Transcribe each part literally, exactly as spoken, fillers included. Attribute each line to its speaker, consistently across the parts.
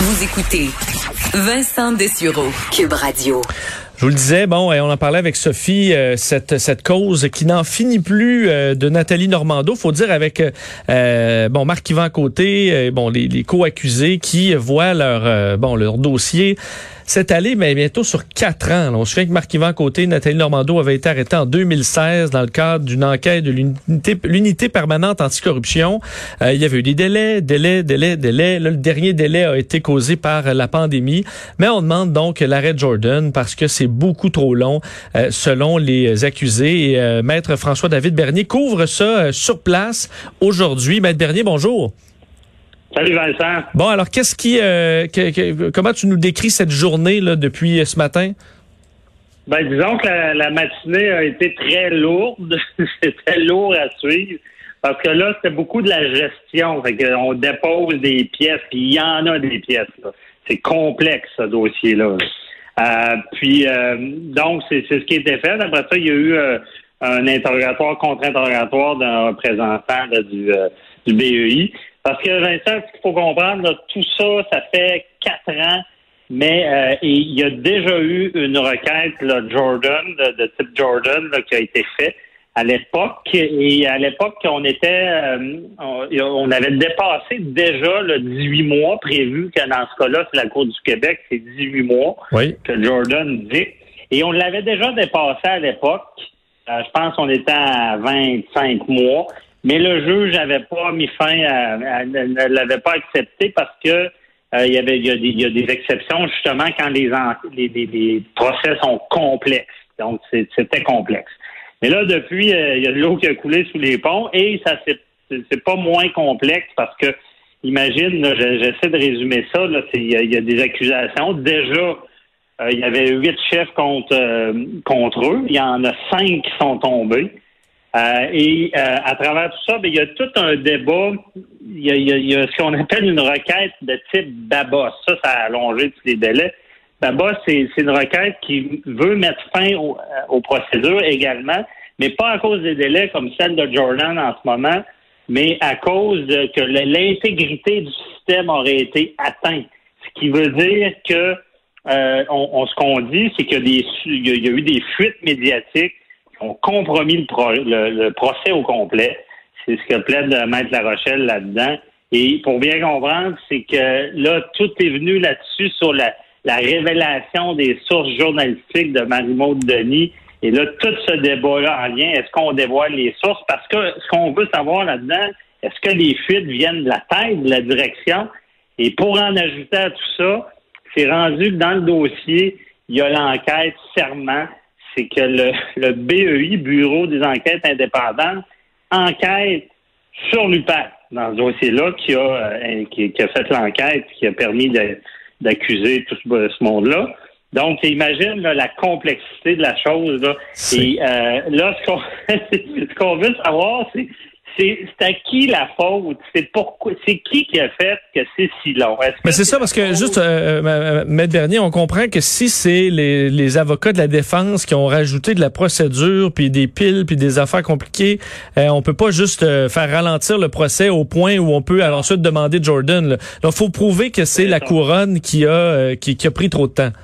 Speaker 1: Vous écoutez Vincent Dessureau, Cube Radio.
Speaker 2: Je vous le disais, bon, on en parlait avec Sophie, euh, cette cette cause qui n'en finit plus euh, de Nathalie Normando. Faut dire avec euh, bon Marc-Yvan Côté, euh, bon les, les co-accusés qui voient leur euh, bon leur dossier s'étaler mais bientôt sur quatre ans. Là, on se souvient que Marc-Yvan Côté, Nathalie Normando avait été arrêtée en deux mille seize dans le cadre d'une enquête de l'unité, l'unité permanente anticorruption. Euh, il y avait eu des délais, délais, délais, délais. Là, le dernier délai a été causé par la pandémie. Mais on demande donc l'arrêt de Jordan parce que c'est beaucoup trop long euh, selon les accusés. Et euh, Maître François-David Bernier couvre ça euh, sur place aujourd'hui. Maître Bernier, bonjour.
Speaker 3: Salut Vincent.
Speaker 2: Bon, alors qu'est-ce qui, euh, que, que, comment tu nous décris cette journée là depuis ce matin?
Speaker 3: Ben disons que la, la matinée a été très lourde. C'était lourd à suivre parce que là c'était beaucoup de la gestion. Fait qu'on dépose des pièces, puis il y en a des pièces. Là. C'est complexe ce dossier-là. Euh, puis euh, donc c'est, c'est ce qui a été fait. Après ça, il y a eu euh, un interrogatoire, contre-interrogatoire d'un représentant là, du, euh, du B E I. Parce que, Vincent, ce qu'il faut comprendre, là, tout ça, ça fait quatre ans, mais euh, et il y a déjà eu une requête là, Jordan, de, de type Jordan, là, qui a été faite à l'époque. Et à l'époque, on était, euh, on, on avait dépassé déjà le dix-huit mois prévu, que dans ce cas-là, c'est la Cour du Québec, c'est dix-huit mois
Speaker 2: oui.
Speaker 3: que Jordan dit. Et on l'avait déjà dépassé à l'époque. Euh, je pense qu'on était à vingt-cinq mois. Mais le juge n'avait pas mis fin à, à ne l'avait pas accepté parce que euh, il y avait il y a des, il y a des exceptions justement quand les, les, les, les procès sont complexes. Donc c'est, c'était complexe. Mais là depuis euh, il y a de l'eau qui a coulé sous les ponts et ça c'est, c'est pas moins complexe parce que imagine là, j'essaie de résumer ça là, c'est, il, y a, il y a des accusations déjà. Euh, il y avait huit chefs contre euh, contre eux. Il y en a cinq qui sont tombés. Euh, et euh, à travers tout ça, bien, il y a tout un débat. Il y a, il y a, il y a ce qu'on appelle une requête de type Babos. Ça, ça a allongé tous les délais. Babos, c'est, c'est une requête qui veut mettre fin au, aux procédures également, mais pas à cause des délais comme celle de Jordan en ce moment, mais à cause de que l'intégrité du système aurait été atteinte. Ce qui veut dire que euh, on, on, ce qu'on dit, c'est qu'il y a, des, il y a, il y a eu des fuites médiatiques ont compromis le, pro, le, le procès au complet. C'est ce que plaide Maître La Rochelle là-dedans. Et pour bien comprendre, c'est que là, tout est venu là-dessus sur la, la révélation des sources journalistiques de Marie-Maude Denis. Et là, tout ce débat-là en lien, est-ce qu'on dévoile les sources? Parce que ce qu'on veut savoir là-dedans, est-ce que les fuites viennent de la tête, de la direction? Et pour en ajouter à tout ça, c'est rendu que dans le dossier, il y a l'enquête serment. C'est que le, le B E I, Bureau des enquêtes indépendantes, enquête sur l'U P A C dans ce dossier-là qui a, euh, qui, qui a fait l'enquête, qui a permis de, d'accuser tout ce, ce monde-là. Donc, imagine là, la complexité de la chose. Là. Et euh, là, ce qu'on, ce qu'on veut savoir, c'est C'est, c'est à qui la faute? C'est pourquoi? C'est qui qui a fait que c'est si long? Est-ce
Speaker 2: Mais
Speaker 3: que
Speaker 2: c'est ça, parce que juste, euh, Maître Bernier, on comprend que si c'est les, les avocats de la défense qui ont rajouté de la procédure, puis des piles, puis des affaires compliquées, euh, on peut pas juste euh, faire ralentir le procès au point où on peut alors, ensuite demander Jordan. Là. Donc, faut prouver que c'est, c'est la ça. couronne qui a, euh, qui, qui a pris trop de temps.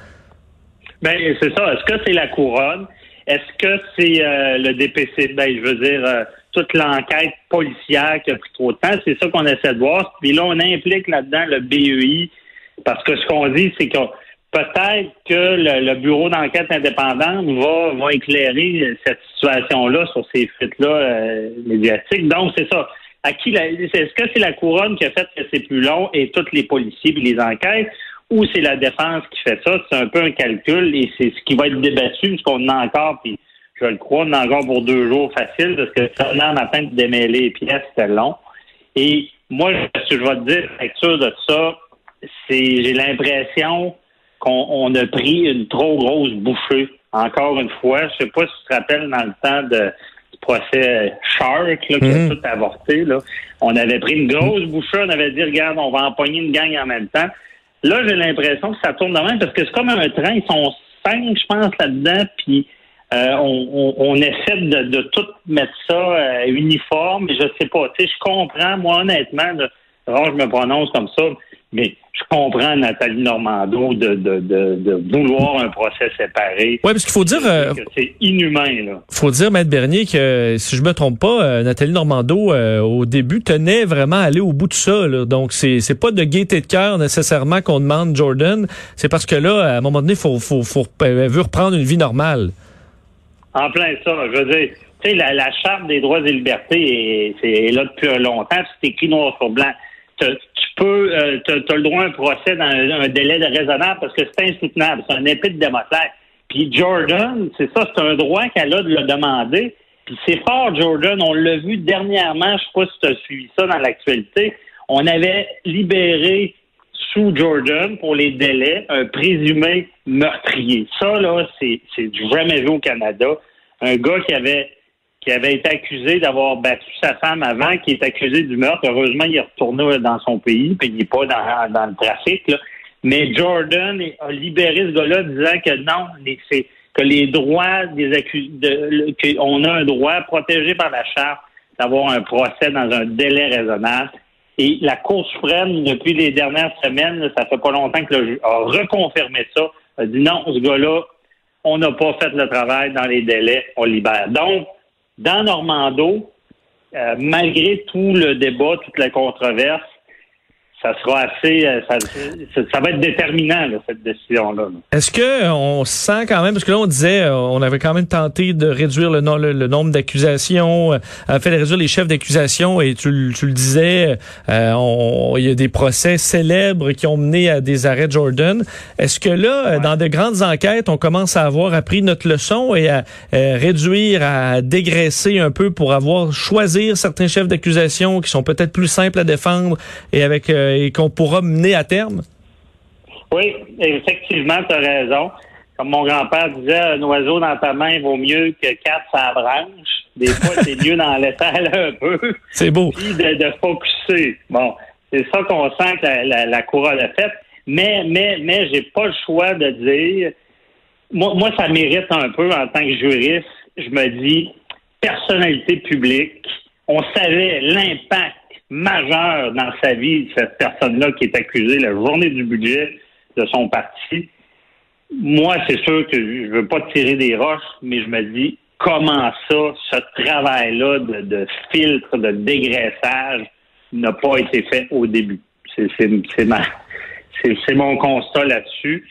Speaker 3: Ben, c'est ça. Est-ce que c'est la couronne? Est-ce que c'est euh, le D P C? Ben, je veux dire... Euh, toute l'enquête policière qui a pris trop de temps. C'est ça qu'on essaie de voir. Puis là, on implique là-dedans le B E I parce que ce qu'on dit, c'est que peut-être que le, le bureau d'enquête indépendante va, va éclairer cette situation-là sur ces fuites-là euh, médiatiques. Donc, c'est ça. À qui la, est-ce que c'est la couronne qui a fait que c'est plus long et tous les policiers et les enquêtes ou c'est la défense qui fait ça? C'est un peu un calcul et c'est ce qui va être débattu parce qu'on en a encore puis je le crois, on en a encore pour deux jours facile, parce que seulement matin de démêler les pièces, c'était long. Et moi, ce que je vais te dire, la lecture de ça, c'est j'ai l'impression qu'on on a pris une trop grosse bouchée. Encore une fois, je sais pas si tu te rappelles dans le temps de, du procès Shark, là, qui mm-hmm. a tout avorté, là. On avait pris une grosse bouchée, on avait dit, regarde, on va empoigner une gang en même temps. Là, j'ai l'impression que ça tourne de même, parce que c'est comme un train, ils sont cinq, je pense, là-dedans, puis Euh, on, on, on essaie de, de tout mettre ça euh, uniforme, mais je sais pas. Tu sais, je comprends, moi, honnêtement, de, alors je me prononce comme ça, Mais je comprends Nathalie Normando de, de, de, de vouloir un procès séparé.
Speaker 2: Oui, parce qu'il faut dire... Euh,
Speaker 3: que c'est inhumain, là.
Speaker 2: Faut dire, Maître Bernier, que si je me trompe pas, euh, Nathalie Normando, euh, au début, tenait vraiment à aller au bout de ça. Là. Donc, c'est c'est pas de gaieté de cœur nécessairement qu'on demande Jordan. C'est parce que là, à un moment donné, faut, faut, faut, elle veut reprendre une vie normale.
Speaker 3: En plein ça, je veux dire... Tu sais, la, la Charte des droits et libertés est, c'est, est là depuis longtemps, c'est écrit noir sur blanc. Tu peux, euh, tu as le droit à un procès dans un, un délai de raisonnable parce que c'est insoutenable, c'est un épée de Damoclès. Puis Jordan, c'est ça, c'est un droit qu'elle a de le demander. Puis c'est fort, Jordan, on l'a vu dernièrement, je sais pas si tu as suivi ça dans l'actualité, on avait libéré sous Jordan pour les délais un présumé meurtrier. Ça, là, c'est, c'est du jamais vu au Canada. Un gars qui avait qui avait été accusé d'avoir battu sa femme avant, qui est accusé du meurtre. Heureusement, il est retourné dans son pays, puis il n'est pas dans, dans le trafic, là. Mais Jordan a libéré ce gars-là disant que non, les, c'est, que les droits des accusés, de, qu'on a un droit protégé par la Charte d'avoir un procès dans un délai raisonnable. Et la Cour suprême, depuis les dernières semaines, ça fait pas longtemps que le juge a reconfirmé ça, a dit non, ce gars-là, on n'a pas fait le travail dans les délais, on libère. Donc, dans Normando, euh, malgré tout le débat, toute la controverse, ça sera assez, euh, ça, ça, ça va être déterminant, là, cette décision-là.
Speaker 2: Est-ce que on sent quand même, parce que là on disait, on avait quand même tenté de réduire le, le, le nombre d'accusations, euh, fait de réduire les chefs d'accusation, et tu, tu le disais, euh, on, il y a des procès célèbres qui ont mené à des arrêts de Jordan. Est-ce que là, ouais. dans de grandes enquêtes, on commence à avoir appris notre leçon et à euh, réduire, à dégraisser un peu pour avoir choisir certains chefs d'accusation qui sont peut-être plus simples à défendre et avec euh, et qu'on pourra mener à terme?
Speaker 3: Oui, effectivement, tu as raison. Comme mon grand-père disait, un oiseau dans ta main vaut mieux que quatre sur la branche. Des fois, c'est mieux d'en laisser aller un peu.
Speaker 2: C'est beau.
Speaker 3: Puis de, de focusser. Bon, c'est ça qu'on sent que la, la, la couronne a fait. Mais, mais, mais, j'ai pas le choix de dire... Moi, moi, ça mérite un peu, en tant que juriste, je me dis, personnalité publique, on savait l'impact majeur dans sa vie, cette personne-là qui est accusée la journée du budget de son parti. Moi, c'est sûr que je veux pas tirer des roches, mais je me dis, comment ça, ce travail-là de, de filtre, de dégraissage n'a pas été fait au début. C'est, c'est, c'est, ma, c'est, c'est mon constat là-dessus.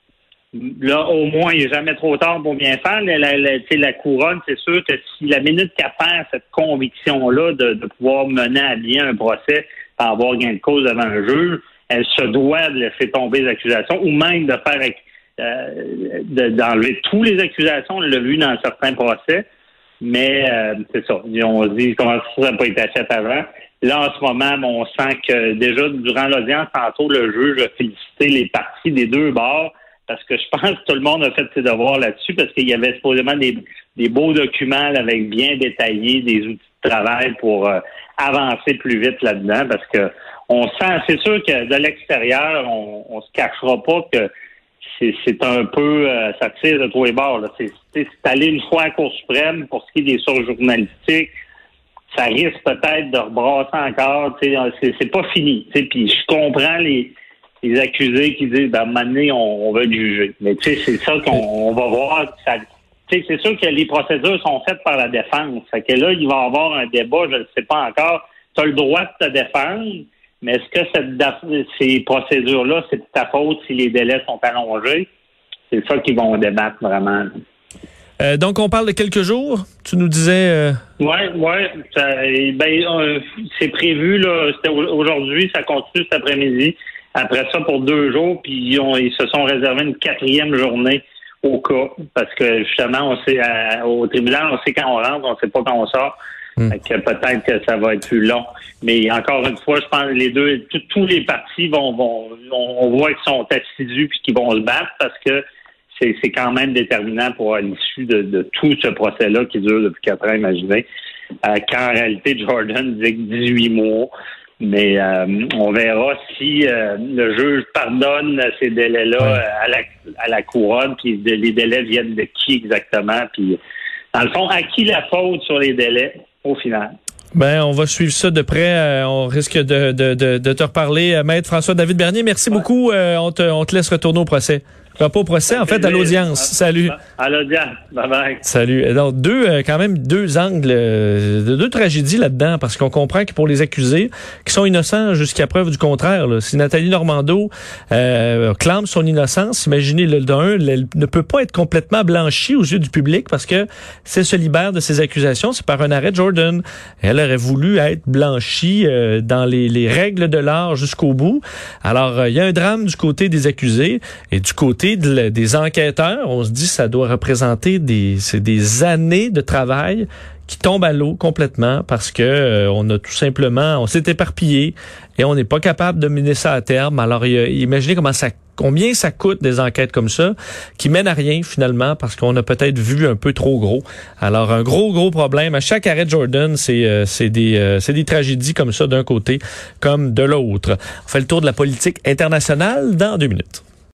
Speaker 3: Là, au moins, il n'est jamais trop tard pour bien faire. La, la, la, la couronne, c'est sûr que si la minute qu'à faire cette conviction-là de, de pouvoir mener à bien un procès pour avoir gain de cause devant un juge, elle se doit de laisser tomber les accusations ou même de faire euh, de, d'enlever toutes les accusations. On l'a vu dans certains procès, mais euh, c'est ça. On se dit comment ça n'a pas été fait avant. Là, en ce moment, on sent que déjà, durant l'audience, tantôt, le juge a félicité les parties des deux bords. Parce que je pense que tout le monde a fait ses devoirs là-dessus, parce qu'il y avait supposément des, des beaux documents là, avec bien détaillés, des outils de travail pour euh, avancer plus vite là-dedans, parce que on sent, c'est sûr que de l'extérieur, on, on se cachera pas que c'est, c'est un peu, euh, ça tire de tous les bords. Là. C'est, c'est, c'est aller une fois à la Cour suprême pour ce qui est des sources journalistiques, ça risque peut-être de rebrasser encore. C'est, c'est pas fini. Puis je comprends les les accusés qui disent, ben, à un moment donné, on, on va le juger. Mais, tu sais, c'est ça qu'on on va voir. Ça, tu sais, c'est sûr que les procédures sont faites par la défense. Fait que là, il va y avoir un débat, je ne sais pas encore. Tu as le droit de te défendre, mais est-ce que cette, ces procédures-là, c'est de ta faute si les délais sont allongés? C'est ça qu'ils vont débattre vraiment.
Speaker 2: Euh, donc, on parle de quelques jours. Tu nous disais... Euh...
Speaker 3: Oui, oui. Ben, euh, c'est prévu, là. C'était aujourd'hui, ça continue cet après-midi. Après ça, pour deux jours, puis ils, ont, ils se sont réservés une quatrième journée au cas, parce que justement, on sait à, au tribunal, on sait quand on rentre, on sait pas quand on sort. Mmh. Fait que peut-être que ça va être plus long. Mais encore une fois, je pense que les deux, tout, tous les partis vont, vont, on voit qu'ils sont assidus puis qu'ils vont se battre parce que c'est, c'est quand même déterminant pour l'issue de, de tout ce procès-là qui dure depuis quatre ans, imaginez. Euh, qu'en réalité, Jordan disait que dix-huit mois. Mais euh, on verra si euh, le juge pardonne ces délais-là ouais. à la à la couronne, puis de, les délais viennent de qui exactement, puis dans le fond, à qui la faute sur les délais au final.
Speaker 2: Ben, on va suivre ça de près. Euh, on risque de, de, de, de te reparler. Euh, Maître François-David Bernier, merci ouais. beaucoup. Euh, on, te, on te laisse retourner au procès. Pas au procès, en fait, à l'audience. Salut.
Speaker 3: À l'audience. Bye bye.
Speaker 2: Salut. Donc, deux, euh, quand même, deux angles, euh, deux tragédies là-dedans, parce qu'on comprend que pour les accusés, qui sont innocents jusqu'à preuve du contraire, là, si Nathalie Normando euh, clame son innocence, imaginez, le d'un, elle ne peut pas être complètement blanchie aux yeux du public, parce que si elle se libère de ses accusations, c'est par un arrêt de Jordan. Elle aurait voulu être blanchie euh, dans les, les règles de l'art jusqu'au bout. Alors, il euh, y a un drame du côté des accusés, et du côté De, des enquêteurs, on se dit ça doit représenter des c'est des années de travail qui tombent à l'eau complètement parce que euh, on a tout simplement on s'est éparpillé et on n'est pas capable de mener ça à terme. Alors il, imaginez comment ça combien ça coûte des enquêtes comme ça qui mènent à rien finalement parce qu'on a peut-être vu un peu trop gros. Alors un gros gros problème à chaque arrêt de Jordan, c'est euh, c'est des euh, c'est des tragédies comme ça d'un côté comme de l'autre. On fait le tour de la politique internationale dans deux minutes.